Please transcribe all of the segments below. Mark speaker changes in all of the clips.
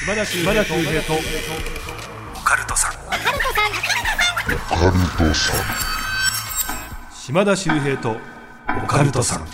Speaker 1: 島田秀平とオカルトさん。島田秀平とオカルトさん。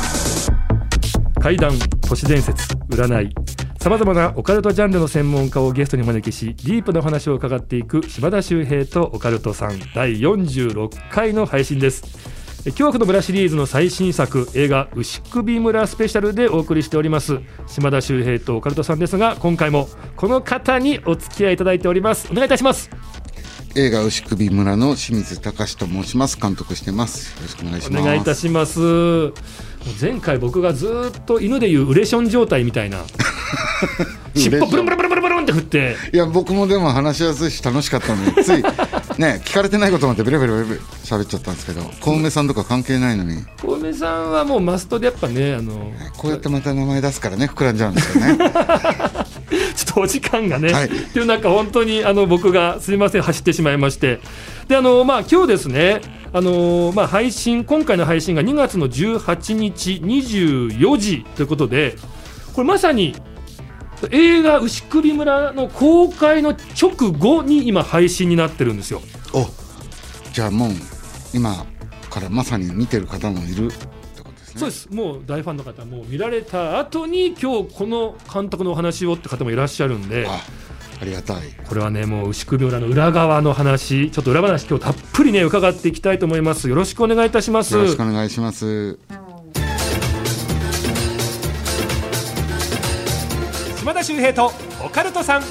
Speaker 1: 怪談、都市伝説、占い、さまざまなオカルトジャンルの専門家をゲストにお招きし、ディープな話を伺っていく島田秀平とオカルトさん第46回の配信です。恐怖の村シリーズの最新作、映画牛首村スペシャルでお送りしております島田秀平とオカルトさんですが、今回もこの方にお付き合いいただいております。お願いいたします。
Speaker 2: 映画牛首村の清水隆と申します。監督してます。よろしくお願いします。
Speaker 1: お願いいたします。前回僕がずっと犬でいうウレション状態みたいな尻尾ブルンブルンブルンブルンって振って、
Speaker 2: いや僕もでも話しやすいし楽しかったのでついね聞かれてないことまでベレベレベレ喋っちゃったんですけど、小梅さんとか関係ないのに。
Speaker 1: 小梅さんはもうマストでやっぱね、
Speaker 2: こうやってまた名前出すからね膨らんじゃうんですよねちょっ
Speaker 1: とお時間がね、
Speaker 2: はい、
Speaker 1: っていう中本当に僕がすいません走ってしまいまして、で今日ですね、配信、今回の配信が2月の18日24時ということで、これまさに映画牛首村の公開の直後に今配信になってるんですよ。
Speaker 2: お、じゃあもう今からまさに見てる方もいるってことですね。
Speaker 1: そうです。もう大ファンの方も見られた後に今日この監督のお話をって方もいらっしゃるんで、
Speaker 2: ありがたい。こ
Speaker 1: れはね、もう牛首村の裏側の話、ちょっと裏話今日たっぷりね伺っていきたいと思います。よろしくお願いいたします。
Speaker 2: よろしくお願いします。
Speaker 1: 島田秀平とオカルトさん。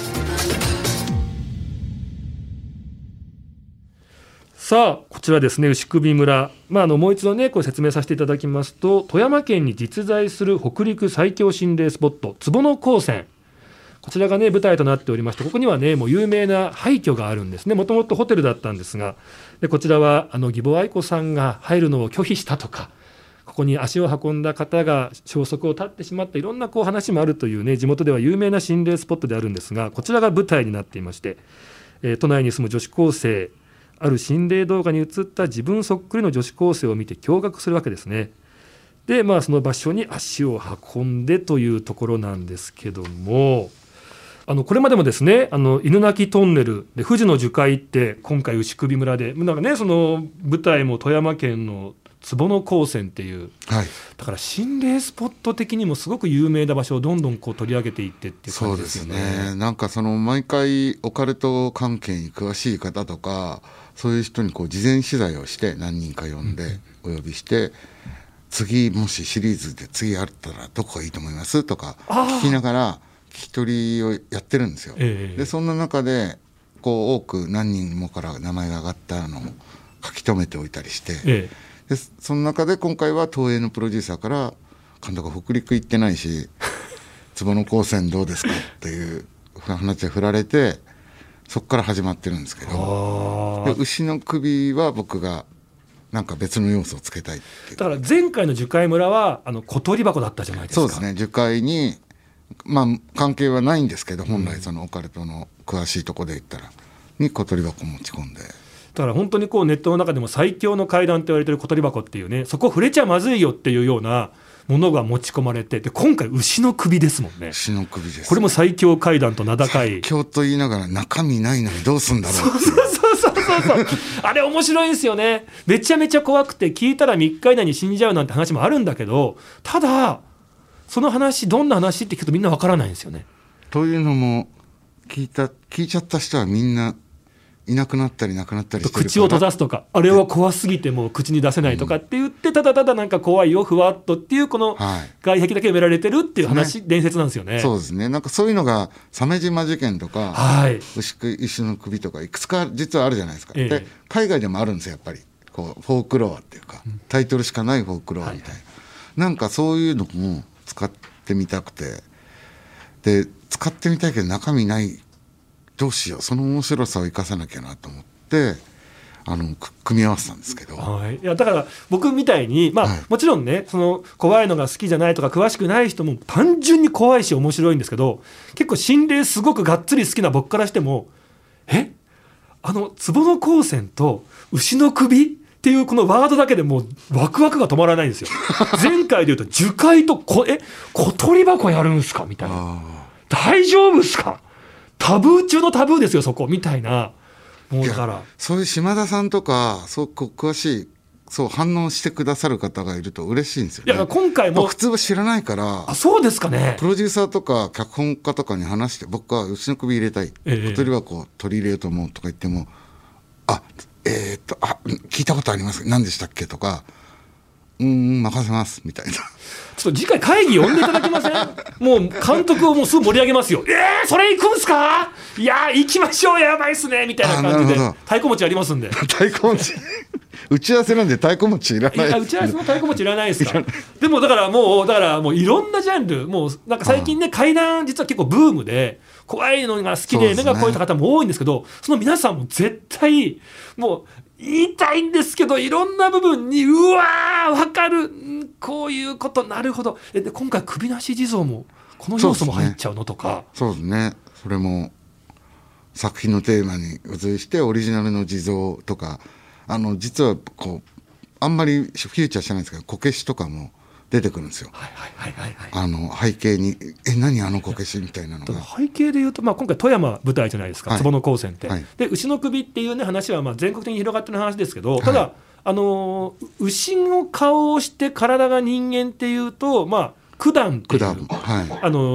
Speaker 1: さあこちらですね、牛首村、もう一度ねこれ説明させていただきますと、富山県に実在する北陸最強心霊スポット坪野高専、こちらがね舞台となっておりまして、ここにはねもう有名な廃墟があるんですね。もともとホテルだったんですが、でこちらは義母愛子さんが入るのを拒否したとか、ここに足を運んだ方が消息を絶ってしまった、いろんな話もあるというね、地元では有名な心霊スポットであるんですが、こちらが舞台になっていまして、都内に住む女子高生、ある心霊動画に映った自分そっくりの女子高生を見て驚愕するわけですね。でその場所に足を運んでというところなんですけども、これまでもですね、犬鳴トンネルで富士の樹海って、今回牛首村でなんかね、その舞台も富山県の坪野高専っていう、
Speaker 2: はい、だ
Speaker 1: から心霊スポット的にもすごく有名な場所をどんどん取り上げていってっていう感じですよね。
Speaker 2: そうですね。なんか毎回オカルト関係に詳しい方とかそういう人に事前取材をして何人か呼んでお呼びして、次もしシリーズで次あったらどこがいいと思いますとか聞きながら聞き取りをやってるんですよ。でそんな中で多く何人もから名前が挙がったのを書き留めておいたりして、でその中で今回は東映のプロデューサーから監督北陸行ってないし坪野高専どうですかっていう話が振られて、そこから始まってるんですけど、で牛の首は僕がなんか別の要素をつけたいっていう。
Speaker 1: だから前回の樹海村は小鳥箱だったじゃないですか。
Speaker 2: そうですね。樹海に関係はないんですけど、本来そのオカルトの詳しいところで言ったらに小鳥箱持ち込んで、
Speaker 1: だから本当にネットの中でも最強の怪談と言われている小鳥箱っていうね、そこ触れちゃまずいよっていうようなものが持ち込まれて、で今回牛の首ですもんね。
Speaker 2: 牛の首です。
Speaker 1: これも最強怪談と名高い。
Speaker 2: 最強と言いながら中身ないのにどうすんだろうっていう。
Speaker 1: そうあれ面白いんですよね。めちゃめちゃ怖くて聞いたら3日以内に死んじゃうなんて話もあるんだけど、ただその話どんな話って聞くとみんなわからないんですよね。
Speaker 2: というのも聞いちゃった人はみんないなくなったりなくなったりしてるから、
Speaker 1: 口を閉ざすとか、あれは怖すぎてもう口に出せないとかって言って、ただただなんか怖いよふわっとっていうこの外壁だけ埋められてるっていう話、伝説なんですよね。
Speaker 2: そうですね。なんかそういうのが鮫島事件とか、牛の首とかいくつか実はあるじゃないですか。で海外でもあるんですよ、やっぱりフォークロアっていうか、タイトルしかないフォークロアみたいな、なんかそういうのも使ってみたくて、で使ってみたいけど中身ない、どうしよう、その面白さを生かさなきゃなと思って組み合わせたんですけど、
Speaker 1: いやだから僕みたいに、もちろんね、その怖いのが好きじゃないとか詳しくない人も単純に怖いし面白いんですけど、結構心霊すごくがっつり好きな僕からしても、坪野高専と牛の首っていうこのワードだけでもうワクワクが止まらないんですよ前回でいうと樹海と小鳥箱やるんすかみたいな、 大丈夫ですか、タブー中のタブーですよそこみたいな。もうだから
Speaker 2: そういう島田さんとかそう詳しいそう反応してくださる方がいると嬉しいんですよね。
Speaker 1: いや今回も
Speaker 2: 普通は知らないから。
Speaker 1: あ、そうですかね。
Speaker 2: プロデューサーとか脚本家とかに話して、僕は牛の首入れたい、小鳥はこう取り入れようと思うとか言っても、聞いたことあります、何でしたっけとか、任せますみたいな。
Speaker 1: ちょっと次回会議呼んでいただけません？もう監督をもうすぐ盛り上げますよ。それ行くんすか？いや行きましょう、やばいっすねみたいな感じで太鼓持ちありますんで。
Speaker 2: 太鼓持ち打ち合わせなんで太鼓持ちいらない。
Speaker 1: 打ち合わせの太鼓持ちいらないですか？でもだからもういろんなジャンル、もうなんか最近ね怪談実は結構ブームで怖いのが好きで目が肥えた方も多いんですけど、その皆さんも絶対もう言いたいんですけど、いろんな部分にうわー分かる、こういうこと、なるほど。で今回首なし地蔵もこの要素も入っちゃうのとか。
Speaker 2: そうですね。それも作品のテーマに付随してオリジナルの地蔵とか、実はこうあんまりフューチャーしてないんですけど、こけしとかも出てくるんですよ。背景に何あのこけしみたいなのが。
Speaker 1: 背景でいうと、今回富山舞台じゃないですか、坪野高専って、で牛の首っていうね話は全国的に広がってる話ですけど、ただ、牛の顔をして体が人間っていうと九段っていう、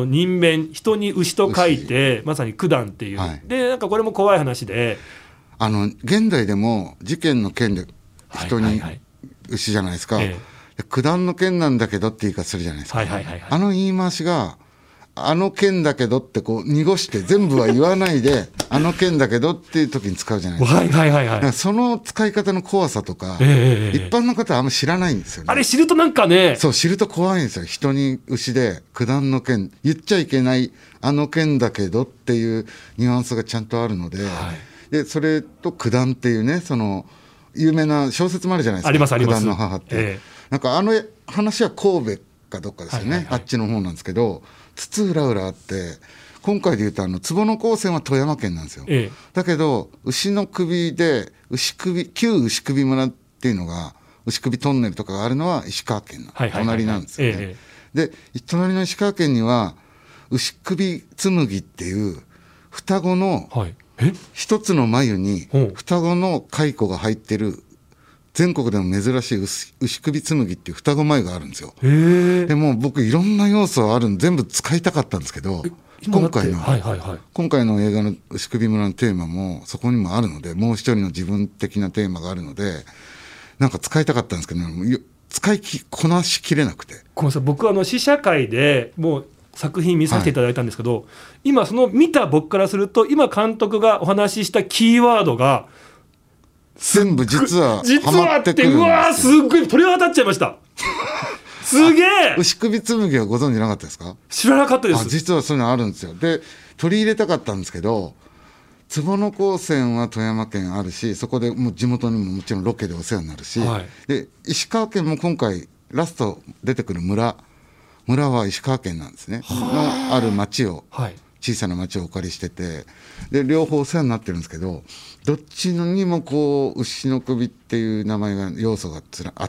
Speaker 1: 人面、人に牛と書いてまさに九段っていう、でなんかこれも怖い話で、
Speaker 2: 現代でも事件の件で人に牛じゃないですか、九段の件なんだけどって言い方するじゃないですか、言い回しが件だけどってこう濁して全部は言わないで件だけどっていう時に使うじゃないですか。その使い方の怖さとか、一般の方はあんま知らないんですよね。
Speaker 1: あれ知るとなんかね、
Speaker 2: そう知ると怖いんですよ。人に牛で九段の件、言っちゃいけない件だけどっていうニュアンスがちゃんとあるので、でそれと九段っていうね、その有名な小説もあるじゃないですか。
Speaker 1: ありますあります。
Speaker 2: 九段の母って、なんか話は神戸かどっかですよね、あっちの方なんですけど、津々浦々あって、今回でいうと坪野高専は富山県なんですよ、だけど牛の首で旧牛首村っていうのが、牛首トンネルとかがあるのは石川県の隣なんですよね。で隣の石川県には牛首紬っていう双子の、一つの眉に双子の蚕が入ってる全国でも珍しい牛首紬っていう双子眉があるんですよ。でも僕いろんな要素あるん全部使いたかったんですけど、今回の映画の牛首村のテーマもそこにもあるので、もう一人の自分的なテーマがあるので、なんか使いたかったんですけど、使いこなしきれなくて。
Speaker 1: ごめんなさい、僕試写会でもう作品見させていただいたんですけど、今その見た僕からすると、今監督がお話ししたキーワードが
Speaker 2: 全部実はハマってくるんですよ。
Speaker 1: うわーすっごい鳥肌立っちゃいましたすげえ。
Speaker 2: 牛首紬はご存じなかったですか？
Speaker 1: 知らなかったです。
Speaker 2: 実はそういうのあるんですよ。で取り入れたかったんですけど、坪野高専は富山県あるし、そこでもう地元にももちろんロケでお世話になるし、で石川県も今回ラスト出てくる村は石川県なんですね。のある町を、小さな町をお借りしてて、で両方お世話になってるんですけど、どっちにもこう牛の首っていう名前が要素があって、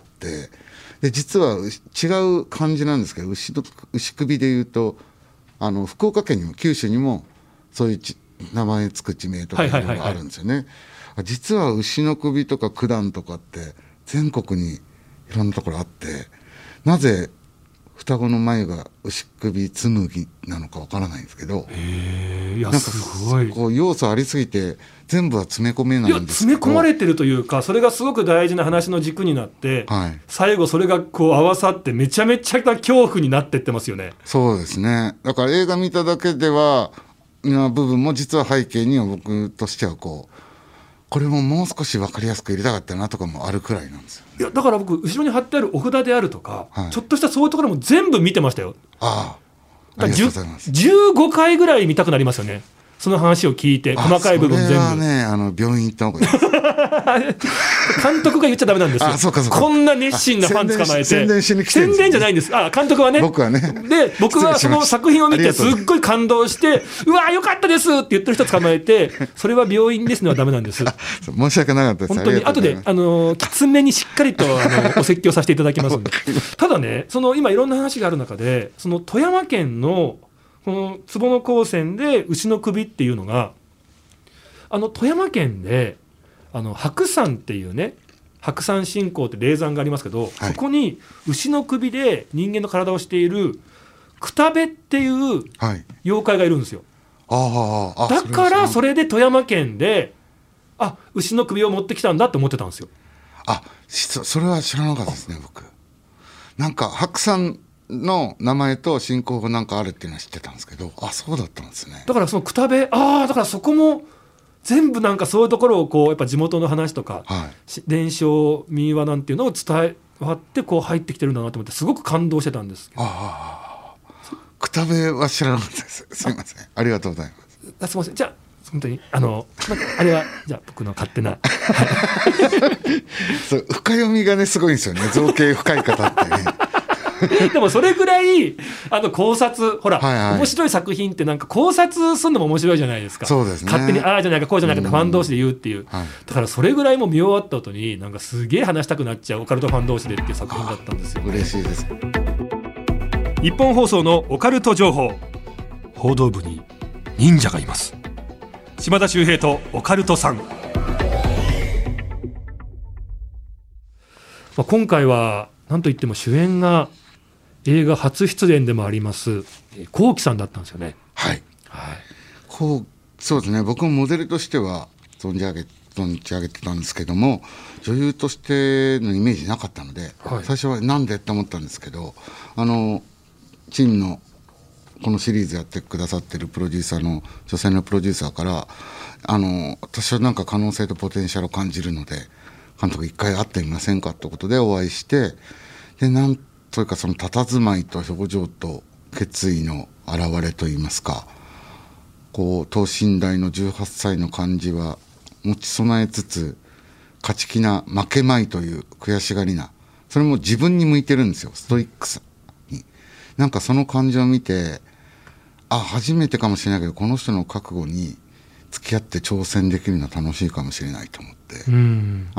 Speaker 2: で実は違う漢字なんですけど、牛首でいうと福岡県にも九州にもそういう名前つく地名とかがあるんですよね。実は牛の首とか九段とかって全国にいろんなところあって、なぜ双子の眉が牛首紬なのかわからないんですけど、
Speaker 1: いやすごい
Speaker 2: こう要素ありすぎて全部は詰め込めないんですけど、
Speaker 1: 詰め込まれてるというか、それがすごく大事な話の軸になって、最後それがこう合わさってめちゃめちゃ恐怖になってってますよね。
Speaker 2: そうですね。だから映画見ただけではな部分も実は背景には僕としてはこれももう少し分かりやすく入れたかったなとかもあるくらいなんですよ。
Speaker 1: いやだから僕後ろに貼ってあるお札であるとか、ちょっとしたそういうところも全部見てましたよ。
Speaker 2: ありがとうございます。
Speaker 1: 15回ぐらい見たくなりますよね、その話を聞いて。細かい部分全部。
Speaker 2: それはね、病院行った方がいいです
Speaker 1: 監督が言っちゃダメなんですよ。
Speaker 2: そうか
Speaker 1: こんな熱心なファン捕まえて
Speaker 2: 宣伝しに来てるんですよ。
Speaker 1: 宣伝じゃないんです。監督はね。
Speaker 2: 僕はね。
Speaker 1: で僕はその作品を見てすっごい感動してうわよかったですって言ってる人捕まえて、それは病院ですのはダメなんです。
Speaker 2: 申し訳なかったです。
Speaker 1: 本当に後できつめにしっかりとお説教させていただきますのでただね、その今いろんな話がある中で、その富山県のこの坪野高専で牛の首っていうのが富山県で白山っていうね、白山信仰って霊山がありますけど、
Speaker 2: はい、
Speaker 1: そこに牛の首で人間の体をしているくたべっていう妖怪がいるんですよ、
Speaker 2: はい、
Speaker 1: だからそれで富山県で牛の首を持ってきたんだって思ってたんですよ。
Speaker 2: それは知らなかったですね。僕なんか白山の名前と信仰がなんかあるっていうのは知ってたんですけど、そうだったんですね。
Speaker 1: だからそのくたべだからそこも全部なんかそういうところをやっぱ地元の話とか、
Speaker 2: はい、
Speaker 1: 伝承民話なんていうのを伝えわって入ってきてるんだなと思ってすごく感動してたんですけど。
Speaker 2: くたべは知らなかったです。すいません、ありがとうございます。
Speaker 1: すみません、じゃあ本当にあれはじゃあ僕の勝手な
Speaker 2: そう深読みがねすごいんですよね、造形深い方ってね
Speaker 1: でもそれぐらい考察ほら、
Speaker 2: はいはい、
Speaker 1: 面白い作品ってなんか考察するのも面白いじゃないですか。
Speaker 2: そうですね、
Speaker 1: 勝手にじゃないかこうじゃないかってファン同士で言うっていう、
Speaker 2: はい、
Speaker 1: だからそれぐらいも見終わった後になんかすげえ話したくなっちゃうオカルトファン同士でっていう作品だったんですよ、ね、
Speaker 2: 嬉しいです。
Speaker 1: 日本放送のオカルト情報、報道部に忍者がいます。島田秀平とオカルトさん、今回は何といっても主演が映画初出演でもあります幸喜さんだったんですよね。
Speaker 2: はい、
Speaker 1: はい、
Speaker 2: そうですね、僕もモデルとしては存じ上げてたんですけども、女優としてのイメージなかったので、はい、最初はなんでって思ったんですけど、チームのこのシリーズやってくださってるプロデューサーの女性のプロデューサーから私はなんか可能性とポテンシャルを感じるので監督一回会ってみませんかってことでお会いして、でなんというかその佇まいと表情と決意の表れといいますか、等身大の18歳の感じは持ち備えつつ勝ち気な負けまいという悔しがりな、それも自分に向いてるんですよ、ストイックさに。なんかその感じを見て初めてかもしれないけどこの人の覚悟に付き合って挑戦できるのは楽しいかもしれないと思って、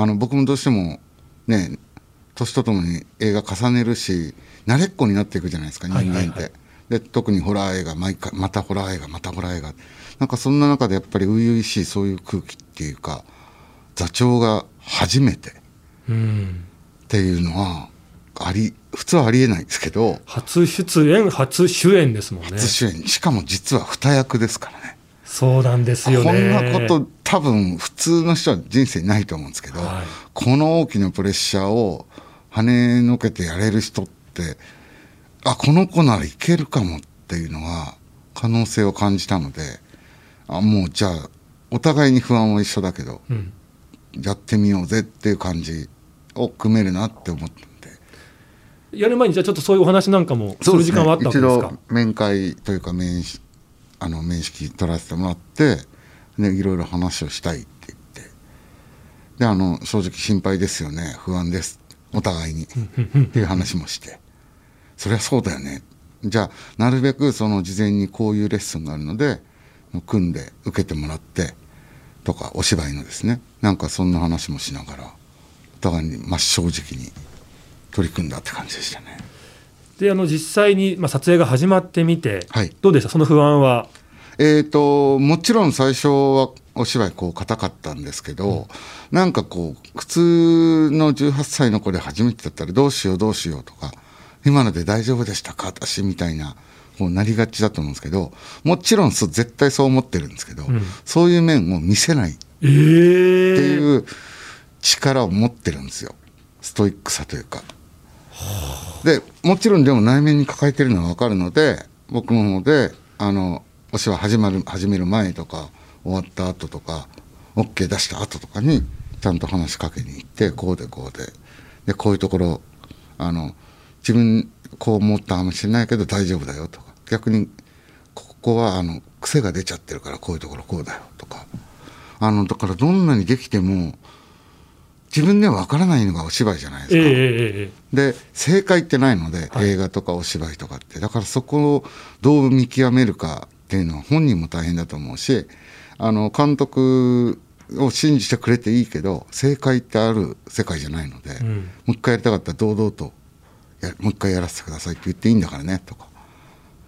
Speaker 2: 僕もどうしてもね年とともに映画重ねるし慣れっこになっていくじゃないですか人間って、はいはいはい、で特にホラー映画毎回またホラー映画またホラー映画、なんかそんな中でやっぱり初々しいそういう空気っていうか座長が初めてっていうのは普通はありえないですけど、
Speaker 1: 初出演初主演ですもんね。
Speaker 2: 初主演、しかも実は二役ですからね。
Speaker 1: そうなんですよね。
Speaker 2: こんなこと多分普通の人は人生ないと思うんですけど、はい、この大きなプレッシャーを跳ねのけてやれる人ってこの子ならいけるかもっていうのは可能性を感じたので、もうじゃあお互いに不安は一緒だけど、やってみようぜっていう感じを組めるなって思ったんで、
Speaker 1: やる前にじゃあちょっとそういうお話なんかもする時間はあったわけですか。
Speaker 2: 一度面会というか面識取らせてもらって、ね、いろいろ話をしたいって言って、で正直心配ですよね、不安ですお互いにっていう話もしてそりゃそうだよね、じゃあなるべくその事前にこういうレッスンがあるので組んで受けてもらってとか、お芝居のですね、なんかそんな話もしながらお互いに真正直に取り組んだって感じでしたね。
Speaker 1: で実際に、撮影が始まってみて、はい、どうでした、その不安は。
Speaker 2: もちろん最初はお芝居硬かったんですけど、なんか普通の18歳の子で初めてだったらどうしようとか、今ので大丈夫でしたか私みたいななりがちだと思うんですけど、もちろん絶対そう思ってるんですけど、そういう面を見せないっていう力を持ってるんですよ、ストイックさというか。でもちろんでも内面に抱えてるのは分かるので、僕の方でお芝居始める前とか終わった後とか OK 出した後とかにちゃんと話しかけに行って、こうでこういうところ自分こう思ったかもしれないけど大丈夫だよとか、逆にここは癖が出ちゃってるからこういうところこうだよとか、だからどんなにできても自分では分からないのがお芝居じゃないですか、で正解ってないので、映画とかお芝居とかって、だからそこをどう見極めるかっていうのは本人も大変だと思うし、監督を信じてくれていいけど正解ってある世界じゃないので、もう一回やりたかったら堂々ともう一回やらせてくださいって言っていいんだからねとか、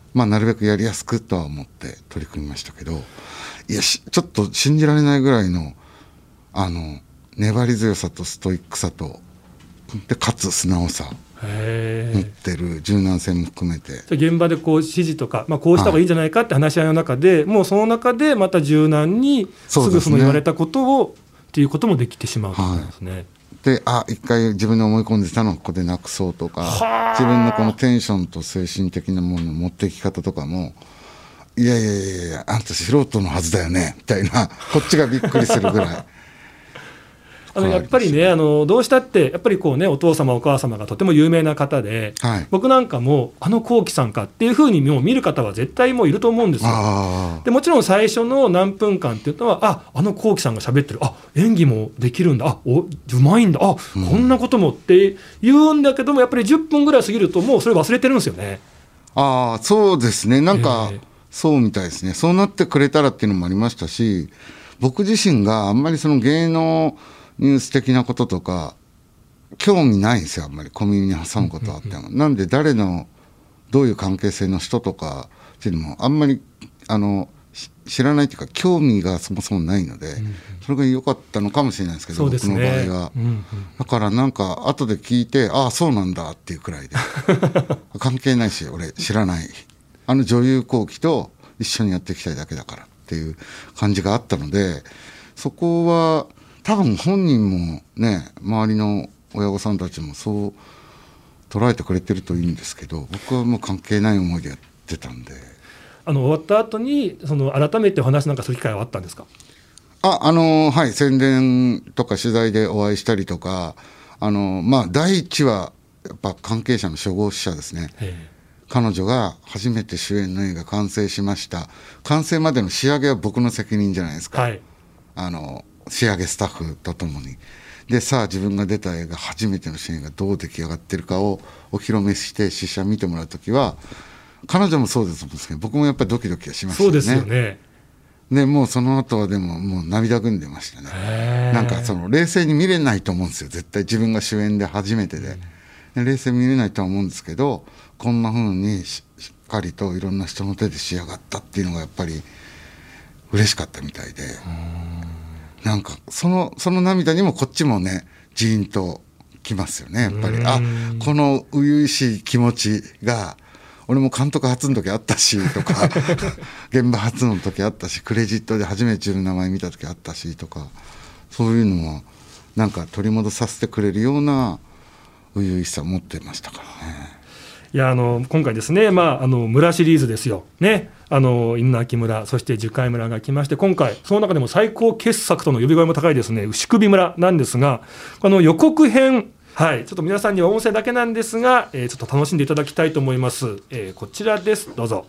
Speaker 2: なるべくやりやすくとは思って取り組みましたけど、いやちょっと信じられないぐらいの粘り強さとストイックさとでかつ素直さ持ってる柔軟性も含めて、
Speaker 1: 現場でこう指示とか、こうした方がいいんじゃないかって話し合いの中で、もうその中でまた柔軟にすぐその言われたことをっていうこともできてしまうということですね。
Speaker 2: で一回自分で思い込んでたのをここでなくそうとか、自分のこのテンションと精神的なものの持っていき方とかも、いやあんた素人のはずだよねみたいな、こっちがびっくりするぐらい
Speaker 1: やっぱりね、どうしたってやっぱりこうね、お父様お母様がとても有名な方で、僕なんかも幸喜さんかっていうふうにもう見る方は絶対もういると思うんですよ。でもちろん最初の何分間っていうのは幸喜さんが喋ってる、演技もできるんだ、うまいんだ、こんなこともって言うんだけども、やっぱり10分ぐらい過ぎるともうそれ忘れてるんですよね。
Speaker 2: そうですね、なんか、そうみたいですね。そうなってくれたらっていうのもありましたし、僕自身があんまりその芸能ニュース的なこととか興味ないんですよ。あんまり小耳に挟むことはあっても、なんで誰のどういう関係性の人とかっていうのもあんまり知らないというか、興味がそもそもないので、それが良かったのかもしれないですけど、僕の場合は、だからなんか後で聞いて、そうなんだっていうくらいで関係ないし、俺知らない、女優後期と一緒にやっていきたいだけだからっていう感じがあったので、そこは多分本人もね、周りの親御さんたちもそう捉えてくれてるといいんですけど、僕はもう関係ない思いでやってたんで。
Speaker 1: 終わった後に改めてお話なんかする機会はあったんですか？
Speaker 2: 宣伝とか取材でお会いしたりとか、第一はやっぱ関係者の初号使者ですね。彼女が初めて主演の映画完成しました、完成までの仕上げは僕の責任じゃないですか、仕上げスタッフとともに。でさあ自分が出た映画初めての主演がどう出来上がってるかをお披露目して試写見てもらうときは、彼女もそうですと思うんですけど、僕もやっぱりドキドキはしましたね。
Speaker 1: そうですよね。
Speaker 2: でもうその後はでももう涙ぐんでましたね。なんか冷静に見れないと思うんですよ、絶対自分が主演で初めてで、冷静に見れないとは思うんですけど、こんな風にしっかりといろんな人の手で仕上がったっていうのがやっぱり嬉しかったみたいで、なんかその涙にもこっちもね、ジーンときますよね、やっぱり。この初々しい気持ちが俺も監督初の時あったしとか現場初の時あったし、クレジットで初めて自分の名前見た時あったしとか、そういうのはなんか取り戻させてくれるような初々しさを持ってましたからね。
Speaker 1: いや今回ですね、村シリーズですよね。犬鳴村、そして樹海村が来まして、今回その中でも最高傑作との呼び声も高いですね、牛首村なんですが、予告編、ちょっと皆さんには音声だけなんですが、ちょっと楽しんでいただきたいと思います。こちらです、どうぞ。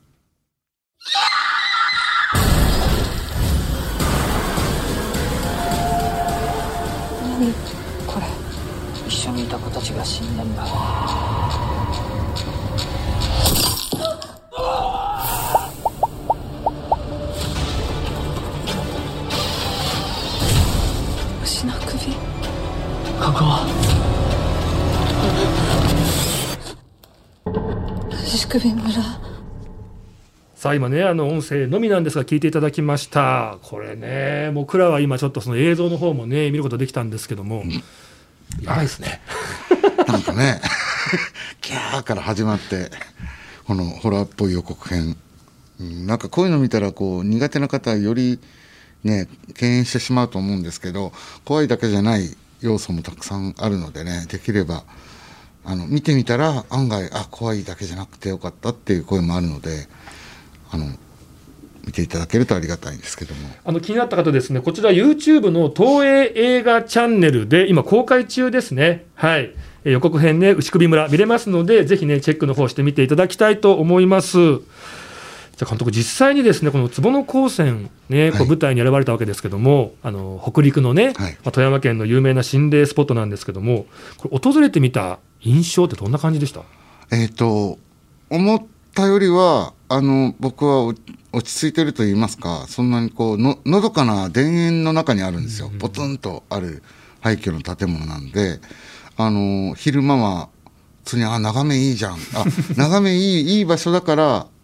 Speaker 3: 何これ、一緒にいた子たちが死んだんだ。牛の首、ここは牛首村。
Speaker 1: さあ今ね、音声のみなんですが聞いていただきました。これね、僕らは今ちょっとその映像の方もね見ることできたんですけども、やばいですね
Speaker 2: なんかねキャーから始まってこのホラーっぽい予告編、なんかこういうの見たら苦手な方はよりね敬遠してしまうと思うんですけど、怖いだけじゃない要素もたくさんあるのでね、できれば見てみたら案外怖いだけじゃなくてよかったっていう声もあるので、見ていただけるとありがたいんですけども、
Speaker 1: 気になった方ですね、こちら YouTube の東映映画チャンネルで今公開中ですね。予告編ね、牛首村見れますので、ぜひねチェックの方してみていただきたいと思います。じゃあ監督、実際にですねこの坪野高専ね、舞台に選ばれたわけですけども、北陸のね、富山県の有名な心霊スポットなんですけども、これ訪れてみた印象ってどんな感じでした？
Speaker 2: 思ったよりは僕は落ち着いてると言いますか、そんなにのどかな田園の中にあるんですよ。ポツンとある廃墟の建物なんで、昼間は普通に眺めいいじゃん、眺めいい場所だから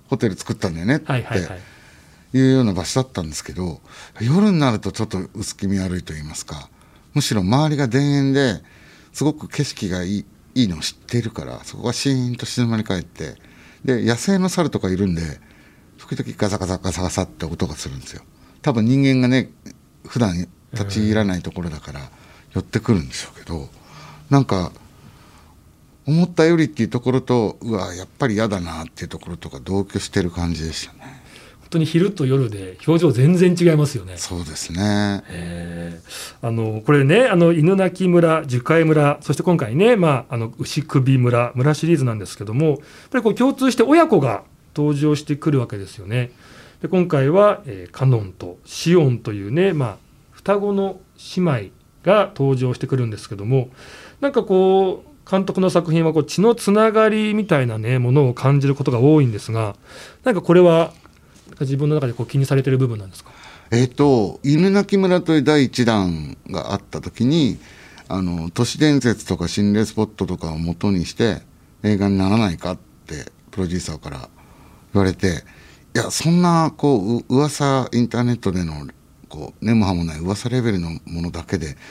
Speaker 2: ホテル作ったんだよねって
Speaker 1: はいはいはい。
Speaker 2: いうような場所だったんですけど、夜になるとちょっと薄気味悪いと言いますか、むしろ周りが田園ですごく景色がいいのを知っているから、そこがシーンと静まり返って、で野生の猿とかいるんで時々ガサガサガサガサって音がするんですよ。多分人間がね普段立ち入らないところだから寄ってくるんでしょうけど、なんか思ったよりっていうところと、うわやっぱり嫌だなっていうところとか同居してる感じでしたね。
Speaker 1: 本当に昼と夜で表情全然違いますよね。
Speaker 2: そうですね。
Speaker 1: これね、犬鳴村、樹海村、そして今回ね、牛首村シリーズなんですけども、やっぱりこう共通して親子が登場してくるわけですよね。で今回は、カノンとシオンというね、双子の姉妹が登場してくるんですけども、なんかこう監督の作品はこう血のつながりみたいなねものを感じることが多いんですが、なんかこれは自分の中でこう気にされている部分なんですか？
Speaker 2: 犬鳴村という第一弾があった時に、都市伝説とか心霊スポットとかを元にして映画にならないかってプロデューサーから言われて、いやそんなこう噂インターネットでのこう根も葉もない噂レベルのものだけで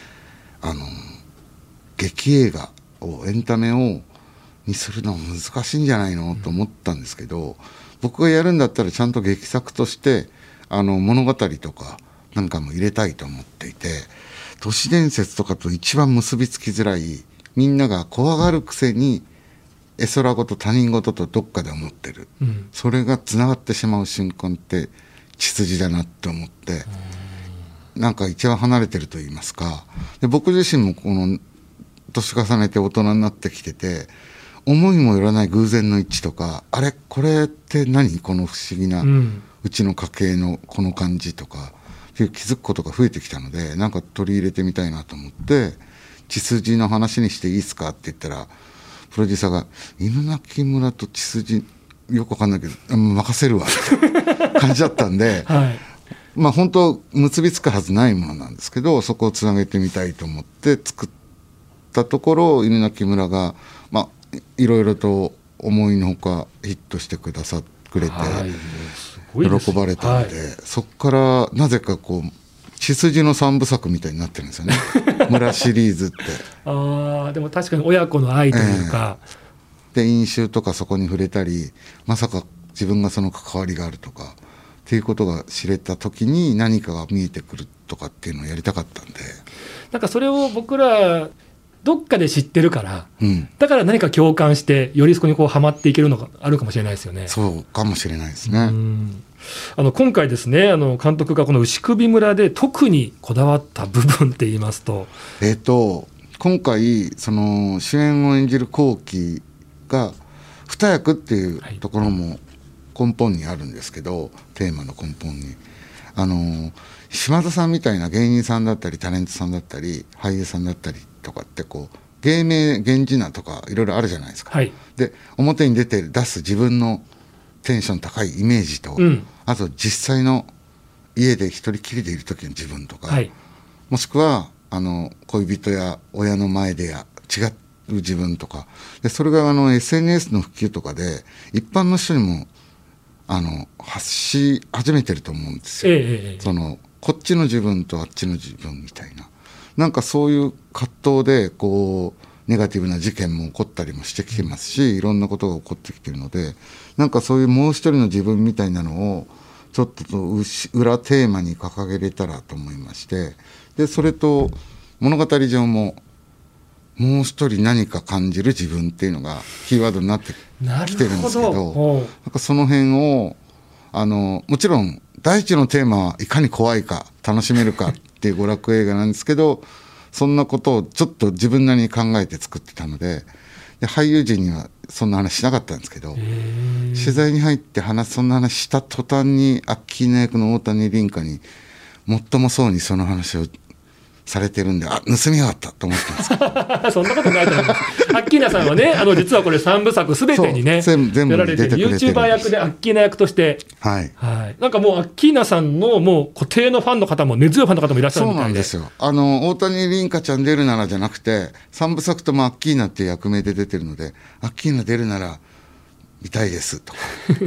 Speaker 2: 劇映画をエンタメにするのは難しいんじゃないのと思ったんですけど、僕がやるんだったらちゃんと劇作として物語とかなんかも入れたいと思っていて、都市伝説とかと一番結びつきづらい、みんなが怖がるくせに絵空事他人事とどっかで思ってる、それがつながってしまう瞬間って血筋だなって思って、なんか一番離れてると言いますか。で僕自身もこの年重ねて大人になってきてて、思いもよらない偶然の一致とか、あれこれって何この不思議な、うちの家系のこの感じとか気づくことが増えてきたので、なんか取り入れてみたいなと思って、血筋の話にしていいですかって言ったら、プロデューサーが犬鳴村と血筋よくわかんないけど任せるわって感じだったんで、はい、本当結びつくはずないものなんですけど、そこをつなげてみたいと思って作ったところ、犬鳴村がいろいろと思いのほかヒットしてくれて、喜ばれたので、そこからなぜかこう血筋の三部作みたいになってるんですよね村シリーズって。
Speaker 1: でも確かに親子の愛というか、
Speaker 2: で飲酒とかそこに触れたり、まさか自分がその関わりがあるとかっていうことが知れた時に何かが見えてくるとかっていうのをやりたかったんで、
Speaker 1: なんかそれを僕らどっかで知ってるから、だから何か共感してよりそこにこうハマっていけるのがあるかもしれないですよね。
Speaker 2: そうかもしれないですね。
Speaker 1: 今回ですね、監督がこの牛首村で特にこだわった部分って言いますと、
Speaker 2: 今回その主演を演じる後期が二役っていうところも根本にあるんですけど、テーマの根本に島田さんみたいな芸人さんだったりタレントさんだったり俳優さんだったりとかってこう芸名源氏名とかいろいろあるじゃないですか、で表に出す自分のテンション高いイメージと、あと実際の家で一人きりでいる時の自分とか、もしくは恋人や親の前で違う自分とかで、それがSNS の普及とかで一般の人にも発し始めてると思うんですよ、こっちの自分とあっちの自分みたいな、なんかそういう葛藤でこうネガティブな事件も起こったりもしてきてますし、いろんなことが起こってきてるので、なんかそういうもう一人の自分みたいなのをちょっと裏テーマに掲げれたらと思いまして、でそれと物語上ももう一人何か感じる自分っていうのがキーワードになってきてるんですけど、なんかその辺をもちろん第一のテーマはいかに怖いか楽しめるかっていう娯楽映画なんですけど、そんなことをちょっと自分なりに考えて作ってたので、俳優陣にはそんな話しなかったんですけど、取材に入ってそんな話した途端にアッキーナ役の大谷凛香にもっともそうにその話をされてるんで、盗みやがったと思ってます
Speaker 1: そんなことないと思いますアッキーナさんはね実はこれ3部作すべてにね
Speaker 2: 全部
Speaker 1: やられてる YouTuber 役でアッキーナ役として、なんかもうアッキーナさんのもう固定のファンの方も根強いファンの方もいらっしゃるみたいで。
Speaker 2: そうなんですよ。大谷凛香ちゃん出るならじゃなくて3部作ともアッキーナっていう役名で出てるので、アッキーナ出るなら見たいですとかって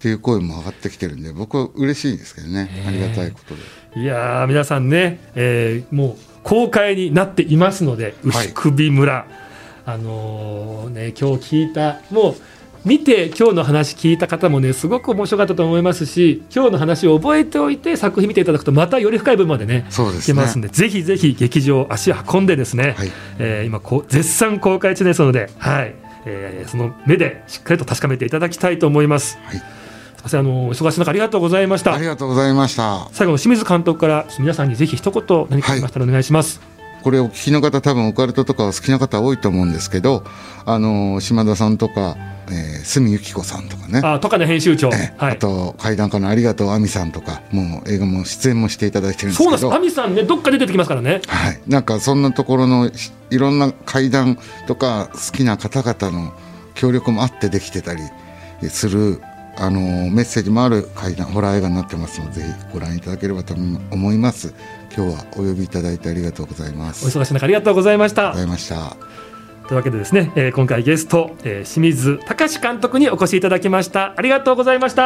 Speaker 2: っていう声も上がってきてるんで、僕は嬉しいですけどね、ありがたいことで。
Speaker 1: いやー、皆さんね、もう公開になっていますので、牛首村、今日聞いた、もう見て今日の話聞いた方もね、すごく面白かったと思いますし、今日の話を覚えておいて作品見ていただくとまたより深い部分までね、
Speaker 2: そうですね、
Speaker 1: いけますんで、ぜひぜひ劇場足を運んでですね、今絶賛公開中ですので、その目でしっかりと確かめていただきたいと思います。すいません、忙しい中ありがとうございました。
Speaker 2: ありがとうございました。
Speaker 1: 最後の清水監督から皆さんにぜひ一言何かありましたらお願いします。
Speaker 2: これをお聞きの方、多分オカルトとかお好きな方多いと思うんですけど、島田さんとか、角由紀子さんとかね、
Speaker 1: とかね編集長、
Speaker 2: あと怪談家のありがとう亜美さんとか、もう映画も出演もしていただいてるんですけど、
Speaker 1: そうなんです、亜美さんね、どっかで出てきますからね。
Speaker 2: なんかそんなところのいろんな怪談とか好きな方々の協力もあってできてたりするメッセージもある怪談ホラー映画になってますので、ぜひご覧いただければと思います。今日はお呼びいただいてありがとうございます。
Speaker 1: お忙しい中ありがとうございました。
Speaker 2: と
Speaker 1: いうわけでですね、今回ゲスト、清水崇監督にお越しいただきました。ありがとうございました。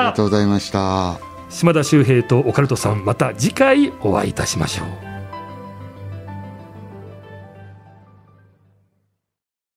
Speaker 2: ありがとうございました。
Speaker 1: 島田秀平とオカルトさん、また次回お会いいたしましょう。